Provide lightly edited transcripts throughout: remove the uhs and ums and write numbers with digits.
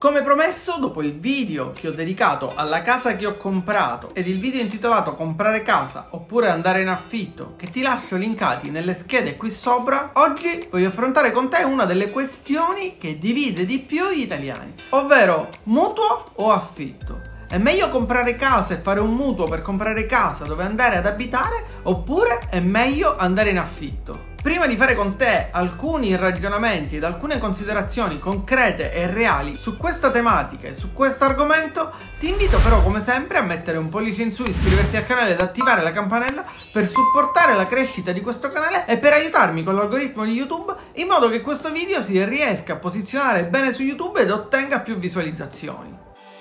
Come promesso, dopo il video che ho dedicato alla casa che ho comprato ed il video intitolato comprare casa oppure andare in affitto, che ti lascio linkati nelle schede qui sopra, oggi voglio affrontare con te una delle questioni che divide di più gli italiani, ovvero mutuo o affitto. È meglio comprare casa e fare un mutuo per comprare casa dove andare ad abitare, oppure è meglio andare in affitto? Prima di fare con te alcuni ragionamenti ed alcune considerazioni concrete e reali su questa tematica e su questo argomento, ti invito però come sempre a mettere un pollice in su, iscriverti al canale ed attivare la campanella per supportare la crescita di questo canale e per aiutarmi con l'algoritmo di YouTube in modo che questo video si riesca a posizionare bene su YouTube ed ottenga più visualizzazioni.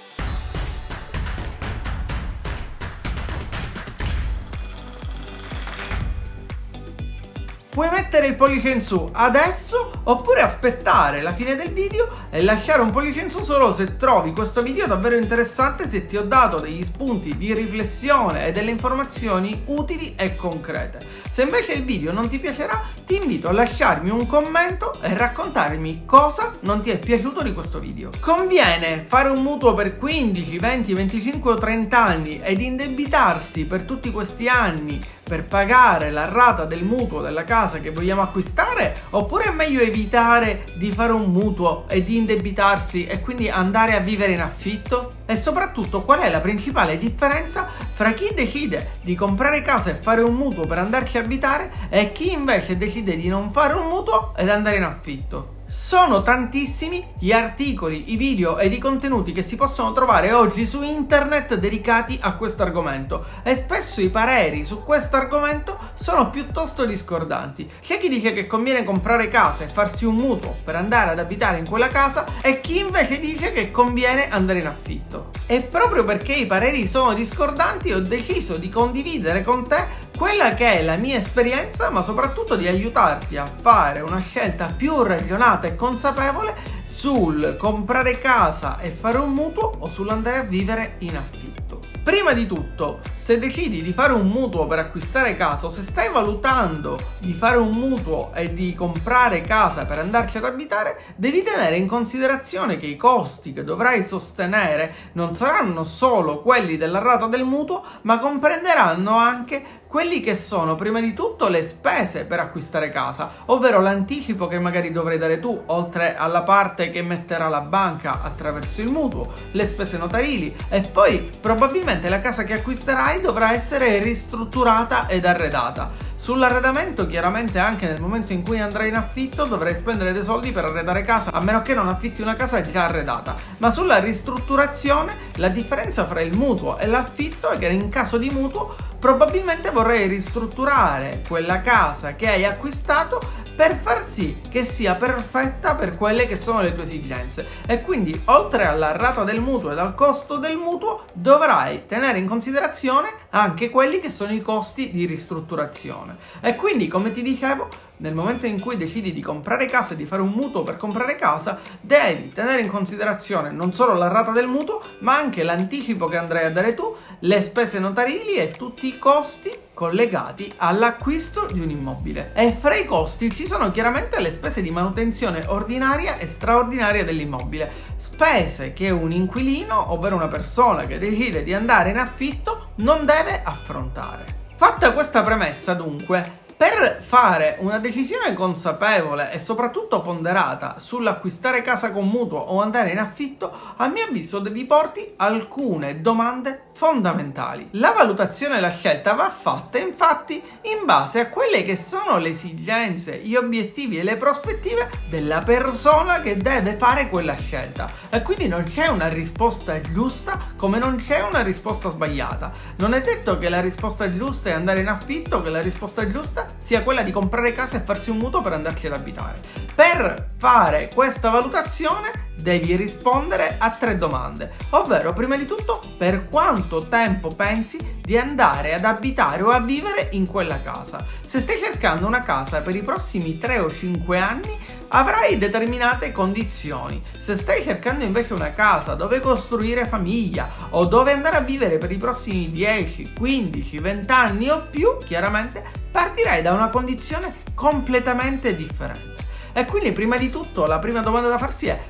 Puoi mettere il pollice in su adesso oppure aspettare la fine del video e lasciare un pollice in su solo se trovi questo video davvero interessante, se ti ho dato degli spunti di riflessione e delle informazioni utili e concrete. Se invece il video non ti piacerà, ti invito a lasciarmi un commento e raccontarmi cosa non ti è piaciuto di questo video. Conviene fare un mutuo per 15, 20, 25 o 30 anni ed indebitarsi per tutti questi anni per pagare la rata del mutuo della casa che vogliamo acquistare, oppure è meglio evitare di fare un mutuo e di indebitarsi e quindi andare a vivere in affitto? E soprattutto, qual è la principale differenza fra chi decide di comprare casa e fare un mutuo per andarci a abitare e chi invece decide di non fare un mutuo ed andare in affitto? Sono tantissimi gli articoli, i video ed i contenuti che si possono trovare oggi su internet dedicati a questo argomento e spesso i pareri su questo argomento sono piuttosto discordanti. C'è chi dice che conviene comprare casa e farsi un mutuo per andare ad abitare in quella casa e chi invece dice che conviene andare in affitto. E proprio perché i pareri sono discordanti ho deciso di condividere con te quella che è la mia esperienza, ma soprattutto di aiutarti a fare una scelta più ragionata e consapevole sul comprare casa e fare un mutuo o sull'andare a vivere in affitto. Prima di tutto, se decidi di fare un mutuo per acquistare casa o se stai valutando di fare un mutuo e di comprare casa per andarci ad abitare, devi tenere in considerazione che i costi che dovrai sostenere non saranno solo quelli della rata del mutuo, ma comprenderanno anche quelli che sono prima di tutto le spese per acquistare casa, ovvero l'anticipo che magari dovrai dare tu, oltre alla parte che metterà la banca attraverso il mutuo, le spese notarili e poi probabilmente la casa che acquisterai dovrà essere ristrutturata ed arredata. Sull'arredamento chiaramente anche nel momento in cui andrai in affitto dovrai spendere dei soldi per arredare casa, a meno che non affitti una casa già arredata. Ma sulla ristrutturazione la differenza fra il mutuo e l'affitto è che in caso di mutuo probabilmente vorrei ristrutturare quella casa che hai acquistato per far sì che sia perfetta per quelle che sono le tue esigenze e quindi oltre alla rata del mutuo ed al costo del mutuo dovrai tenere in considerazione anche quelli che sono i costi di ristrutturazione. E quindi, come ti dicevo, nel momento in cui decidi di comprare casa e di fare un mutuo per comprare casa, devi tenere in considerazione non solo la rata del mutuo, ma anche l'anticipo che andrai a dare tu, le spese notarili e tutti i costi collegati all'acquisto di un immobile. E fra i costi ci sono chiaramente le spese di manutenzione ordinaria e straordinaria dell'immobile, spese che un inquilino, ovvero una persona che decide di andare in affitto, non deve affrontare. Fatta questa premessa, dunque, per fare una decisione consapevole e soprattutto ponderata sull'acquistare casa con mutuo o andare in affitto, a mio avviso devi porti alcune domande fondamentali. La valutazione e la scelta va fatta infatti in base a quelle che sono le esigenze, gli obiettivi e le prospettive della persona che deve fare quella scelta. E quindi non c'è una risposta giusta come non c'è una risposta sbagliata. Non è detto che la risposta giusta è andare in affitto, che la risposta giusta sia quella di comprare casa e farsi un mutuo per andarci ad abitare. Per fare questa valutazione devi rispondere a 3 domande, ovvero prima di tutto per quanto tempo pensi di andare ad abitare o a vivere in quella casa. Se stai cercando una casa per i prossimi 3 o 5 anni avrai determinate condizioni. Se stai cercando invece una casa dove costruire famiglia o dove andare a vivere per i prossimi 10, 15, 20 anni o più, chiaramente partirai da una condizione completamente differente. E quindi prima di tutto la prima domanda da farsi è: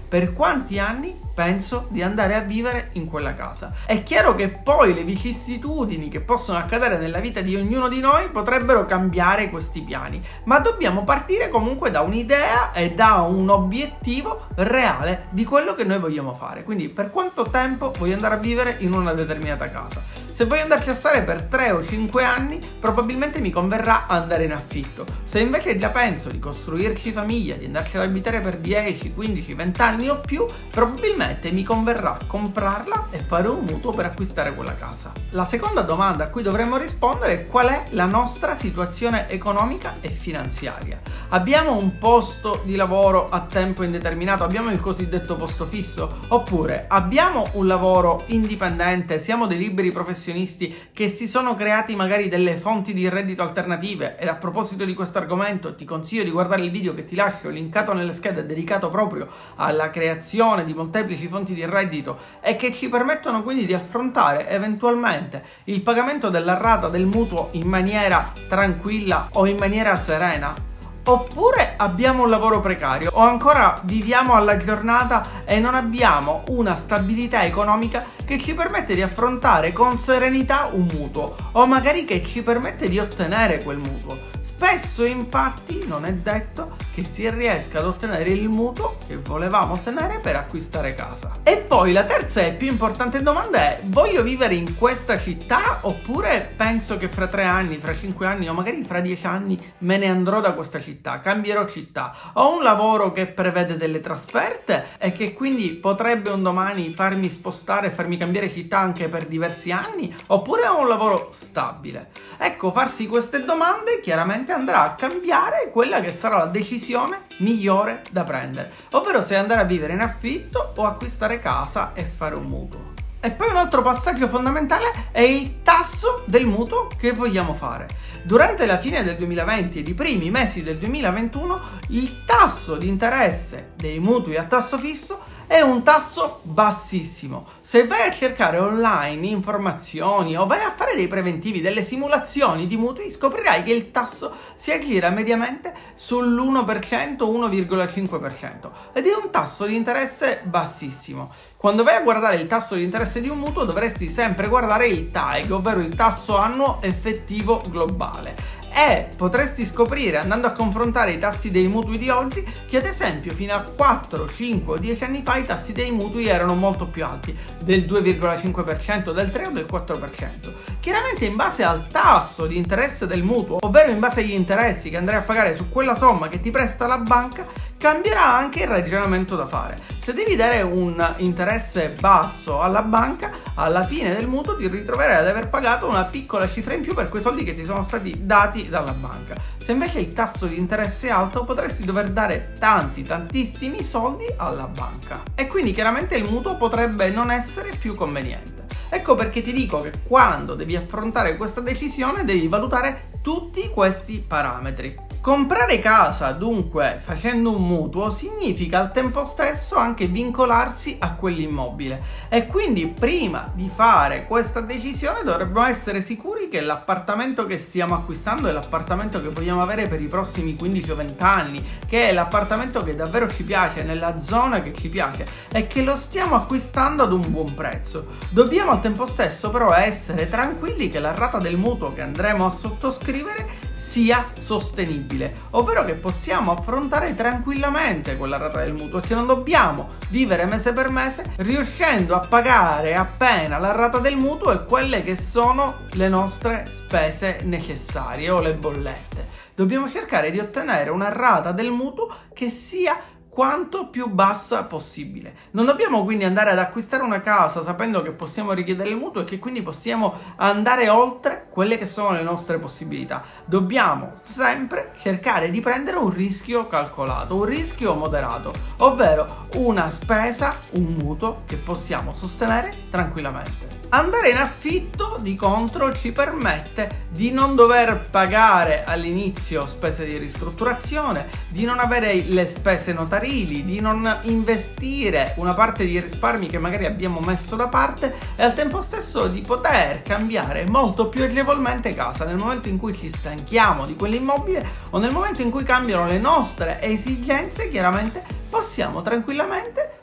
per quanti anni penso di andare a vivere in quella casa. È chiaro che poi le vicissitudini che possono accadere nella vita di ognuno di noi potrebbero cambiare questi piani, ma dobbiamo partire comunque da un'idea e da un obiettivo reale di quello che noi vogliamo fare. Quindi per quanto tempo voglio andare a vivere in una determinata casa. Se voglio andarci a stare per 3 o 5 anni, probabilmente mi converrà andare in affitto. Se invece già penso di costruirci famiglia, di andarci ad abitare per 10, 15, 20 anni o più, probabilmente mi converrà comprarla e fare un mutuo per acquistare quella casa. La seconda domanda a cui dovremmo rispondere è: qual è la nostra situazione economica e finanziaria? Abbiamo un posto di lavoro a tempo indeterminato, abbiamo il cosiddetto posto fisso, oppure abbiamo un lavoro indipendente, siamo dei liberi professionisti che si sono creati magari delle fonti di reddito alternative. Ed a proposito di questo argomento ti consiglio di guardare il video che ti lascio linkato nelle schede, dedicato proprio alla creazione di molteplici fonti di reddito e che ci permettono quindi di affrontare eventualmente il pagamento della rata del mutuo in maniera tranquilla o in maniera serena. Oppure abbiamo un lavoro precario, o ancora viviamo alla giornata e non abbiamo una stabilità economica che ci permette di affrontare con serenità un mutuo, o magari che ci permette di ottenere quel mutuo. Spesso infatti non è detto che si riesca ad ottenere il mutuo che volevamo ottenere per acquistare casa. E poi la terza e più importante domanda è: voglio vivere in questa città, oppure penso che fra 3 anni, fra 5 anni o magari fra 10 anni me ne andrò da questa città, cambierò città. Ho un lavoro che prevede delle trasferte e che quindi potrebbe un domani farmi spostare, farmi cambiare città anche per diversi anni, oppure ho un lavoro stabile? Ecco, farsi queste domande chiaramente andrà a cambiare quella che sarà la decisione migliore da prendere, ovvero se andare a vivere in affitto o acquistare casa e fare un mutuo. E poi un altro passaggio fondamentale è il tasso del mutuo che vogliamo fare. Durante la fine del 2020 ed i primi mesi del 2021 il tasso di interesse dei mutui a tasso fisso è un tasso bassissimo. Se vai a cercare online informazioni o vai a fare dei preventivi, delle simulazioni di mutui, scoprirai che il tasso si aggira mediamente sull'1%, 1,5%, ed è un tasso di interesse bassissimo. Quando vai a guardare il tasso di interesse di un mutuo dovresti sempre guardare il TAEG, ovvero il tasso annuo effettivo globale. E potresti scoprire, andando a confrontare i tassi dei mutui di oggi, che ad esempio fino a 4, 5 o 10 anni fa i tassi dei mutui erano molto più alti, del 2,5%, del 3 o del 4%. Chiaramente in base al tasso di interesse del mutuo, ovvero in base agli interessi che andrai a pagare su quella somma che ti presta la banca, cambierà anche il ragionamento da fare. Se devi dare un interesse basso alla banca, alla fine del mutuo ti ritroverai ad aver pagato una piccola cifra in più per quei soldi che ti sono stati dati dalla banca. Se invece il tasso di interesse è alto, potresti dover dare tantissimi soldi alla banca. E quindi chiaramente il mutuo potrebbe non essere più conveniente. Ecco perché ti dico che quando devi affrontare questa decisione devi valutare tutti questi parametri. Comprare casa, dunque, facendo un mutuo, significa al tempo stesso anche vincolarsi a quell'immobile, e quindi prima di fare questa decisione dovremmo essere sicuri che l'appartamento che stiamo acquistando è l'appartamento che vogliamo avere per i prossimi 15 o 20 anni, che è l'appartamento che davvero ci piace, nella zona che ci piace, e che lo stiamo acquistando ad un buon prezzo. Dobbiamo al tempo stesso però essere tranquilli che la rata del mutuo che andremo a sottoscrivere sia sostenibile, ovvero che possiamo affrontare tranquillamente quella rata del mutuo e che non dobbiamo vivere mese per mese riuscendo a pagare appena la rata del mutuo e quelle che sono le nostre spese necessarie o le bollette. Dobbiamo cercare di ottenere una rata del mutuo che sia quanto più bassa possibile. Non dobbiamo quindi andare ad acquistare una casa sapendo che possiamo richiedere il mutuo e che quindi possiamo andare oltre quelle che sono le nostre possibilità. Dobbiamo sempre cercare di prendere un rischio calcolato, un rischio moderato, ovvero una spesa, un mutuo che possiamo sostenere tranquillamente. Andare in affitto, di contro, ci permette di non dover pagare all'inizio spese di ristrutturazione, di non avere le spese notarili, di non investire una parte di risparmi che magari abbiamo messo da parte e al tempo stesso di poter cambiare molto più agevolmente casa nel momento in cui ci stanchiamo di quell'immobile o nel momento in cui cambiano le nostre esigenze. Chiaramente possiamo tranquillamente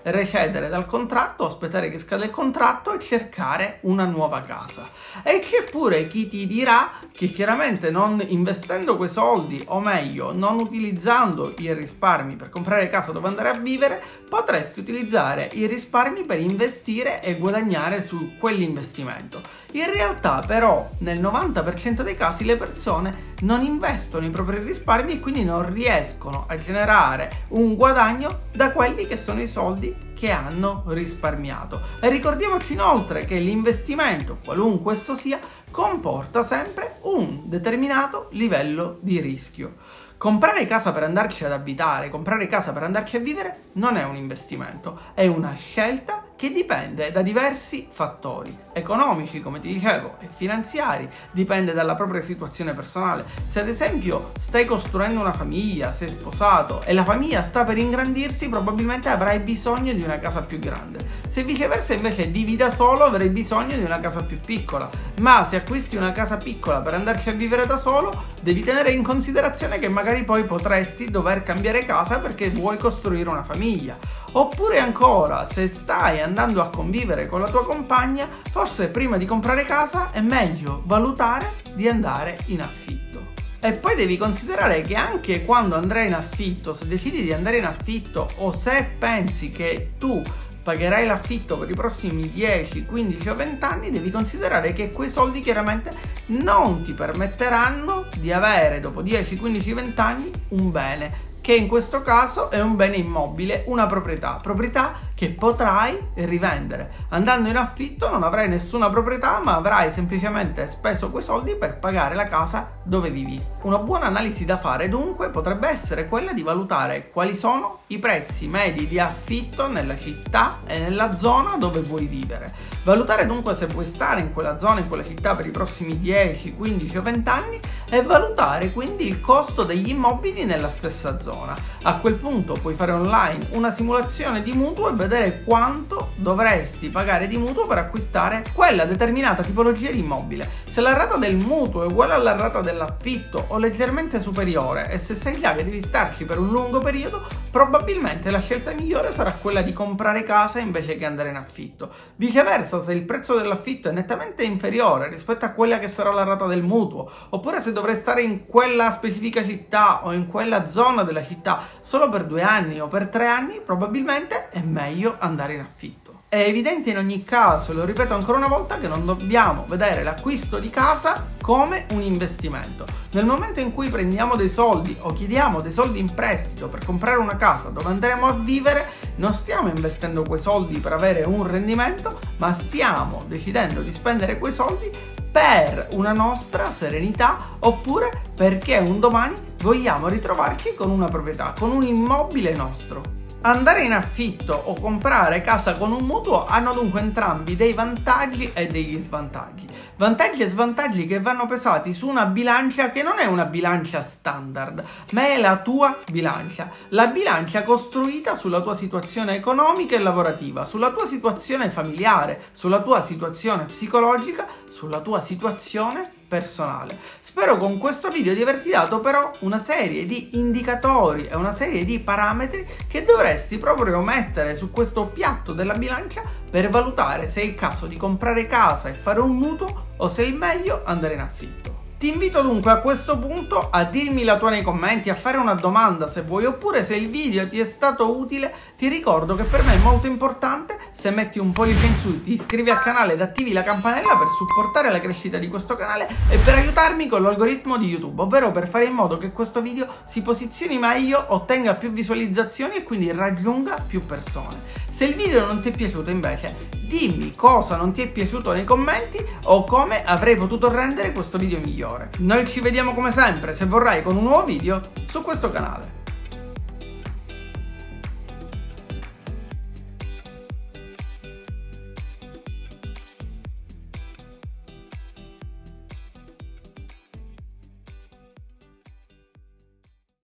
recedere dal contratto, aspettare che scada il contratto e cercare una nuova casa. E c'è pure chi ti dirà che chiaramente non investendo quei soldi, o meglio, non utilizzando i risparmi per comprare casa dove andare a vivere, potresti utilizzare i risparmi per investire e guadagnare su quell'investimento. In realtà però nel 90% dei casi le persone non investono i propri risparmi e quindi non riescono a generare un guadagno da quelli che sono i soldi che hanno risparmiato. E ricordiamoci inoltre che l'investimento, qualunque esso sia, comporta sempre un determinato livello di rischio. Comprare casa per andarci ad abitare, comprare casa per andarci a vivere non è un investimento, è una scelta che dipende da diversi fattori economici, come ti dicevo, e finanziari, dipende dalla propria situazione personale. Se ad esempio stai costruendo una famiglia, sei sposato e la famiglia sta per ingrandirsi, probabilmente avrai bisogno di una casa più grande. Se viceversa invece vivi da solo, avrai bisogno di una casa più piccola. Ma se acquisti una casa piccola per andarci a vivere da solo, devi tenere in considerazione che magari poi potresti dover cambiare casa perché vuoi costruire una famiglia. Oppure ancora, se stai andando a convivere con la tua compagna, forse prima di comprare casa è meglio valutare di andare in affitto. E poi devi considerare che anche quando andrai in affitto, se decidi di andare in affitto o se pensi che tu pagherai l'affitto per i prossimi 10, 15 o 20 anni, devi considerare che quei soldi chiaramente non ti permetteranno di avere dopo 10, 15, 20 anni un bene, che in questo caso è un bene immobile, una proprietà che potrai rivendere. Andando in affitto non avrai nessuna proprietà, ma avrai semplicemente speso quei soldi per pagare la casa dove vivi. Una buona analisi da fare dunque potrebbe essere quella di valutare quali sono i prezzi medi di affitto nella città e nella zona dove vuoi vivere. Valutare dunque se vuoi stare in quella zona, in quella città per i prossimi 10, 15 o 20 anni e valutare quindi il costo degli immobili nella stessa zona. A quel punto puoi fare online una simulazione di mutuo e vedere quanto dovresti pagare di mutuo per acquistare quella determinata tipologia di immobile. Se la rata del mutuo è uguale alla rata dell'affitto o leggermente superiore e se sai già che devi starci per un lungo periodo, probabilmente la scelta migliore sarà quella di comprare casa invece che andare in affitto. Viceversa, se il prezzo dell'affitto è nettamente inferiore rispetto a quella che sarà la rata del mutuo, oppure se dovrai stare in quella specifica città o in quella zona della città solo per 2 anni o per 3 anni, probabilmente è meglio andare in affitto. È evidente in ogni caso, e lo ripeto ancora una volta, che non dobbiamo vedere l'acquisto di casa come un investimento. Nel momento in cui prendiamo dei soldi o chiediamo dei soldi in prestito per comprare una casa dove andremo a vivere, non stiamo investendo quei soldi per avere un rendimento, ma stiamo decidendo di spendere quei soldi per una nostra serenità oppure perché un domani vogliamo ritrovarci con una proprietà, con un immobile nostro. Andare in affitto o comprare casa con un mutuo hanno dunque entrambi dei vantaggi e degli svantaggi. Vantaggi e svantaggi che vanno pesati su una bilancia che non è una bilancia standard, ma è la tua bilancia. La bilancia costruita sulla tua situazione economica e lavorativa, sulla tua situazione familiare, sulla tua situazione psicologica, sulla tua situazione personale. Spero con questo video di averti dato però una serie di indicatori e una serie di parametri che dovresti proprio mettere su questo piatto della bilancia per valutare se è il caso di comprare casa e fare un mutuo o se è il meglio andare in affitto. Ti invito dunque a questo punto a dirmi la tua nei commenti, a fare una domanda se vuoi, oppure se il video ti è stato utile. Ti ricordo che per me è molto importante se metti un pollice in su, ti iscrivi al canale ed attivi la campanella per supportare la crescita di questo canale e per aiutarmi con l'algoritmo di YouTube, ovvero per fare in modo che questo video si posizioni meglio, ottenga più visualizzazioni e quindi raggiunga più persone. Se il video non ti è piaciuto invece, dimmi cosa non ti è piaciuto nei commenti o come avrei potuto rendere questo video migliore. Noi ci vediamo come sempre, se vorrai, con un nuovo video su questo canale.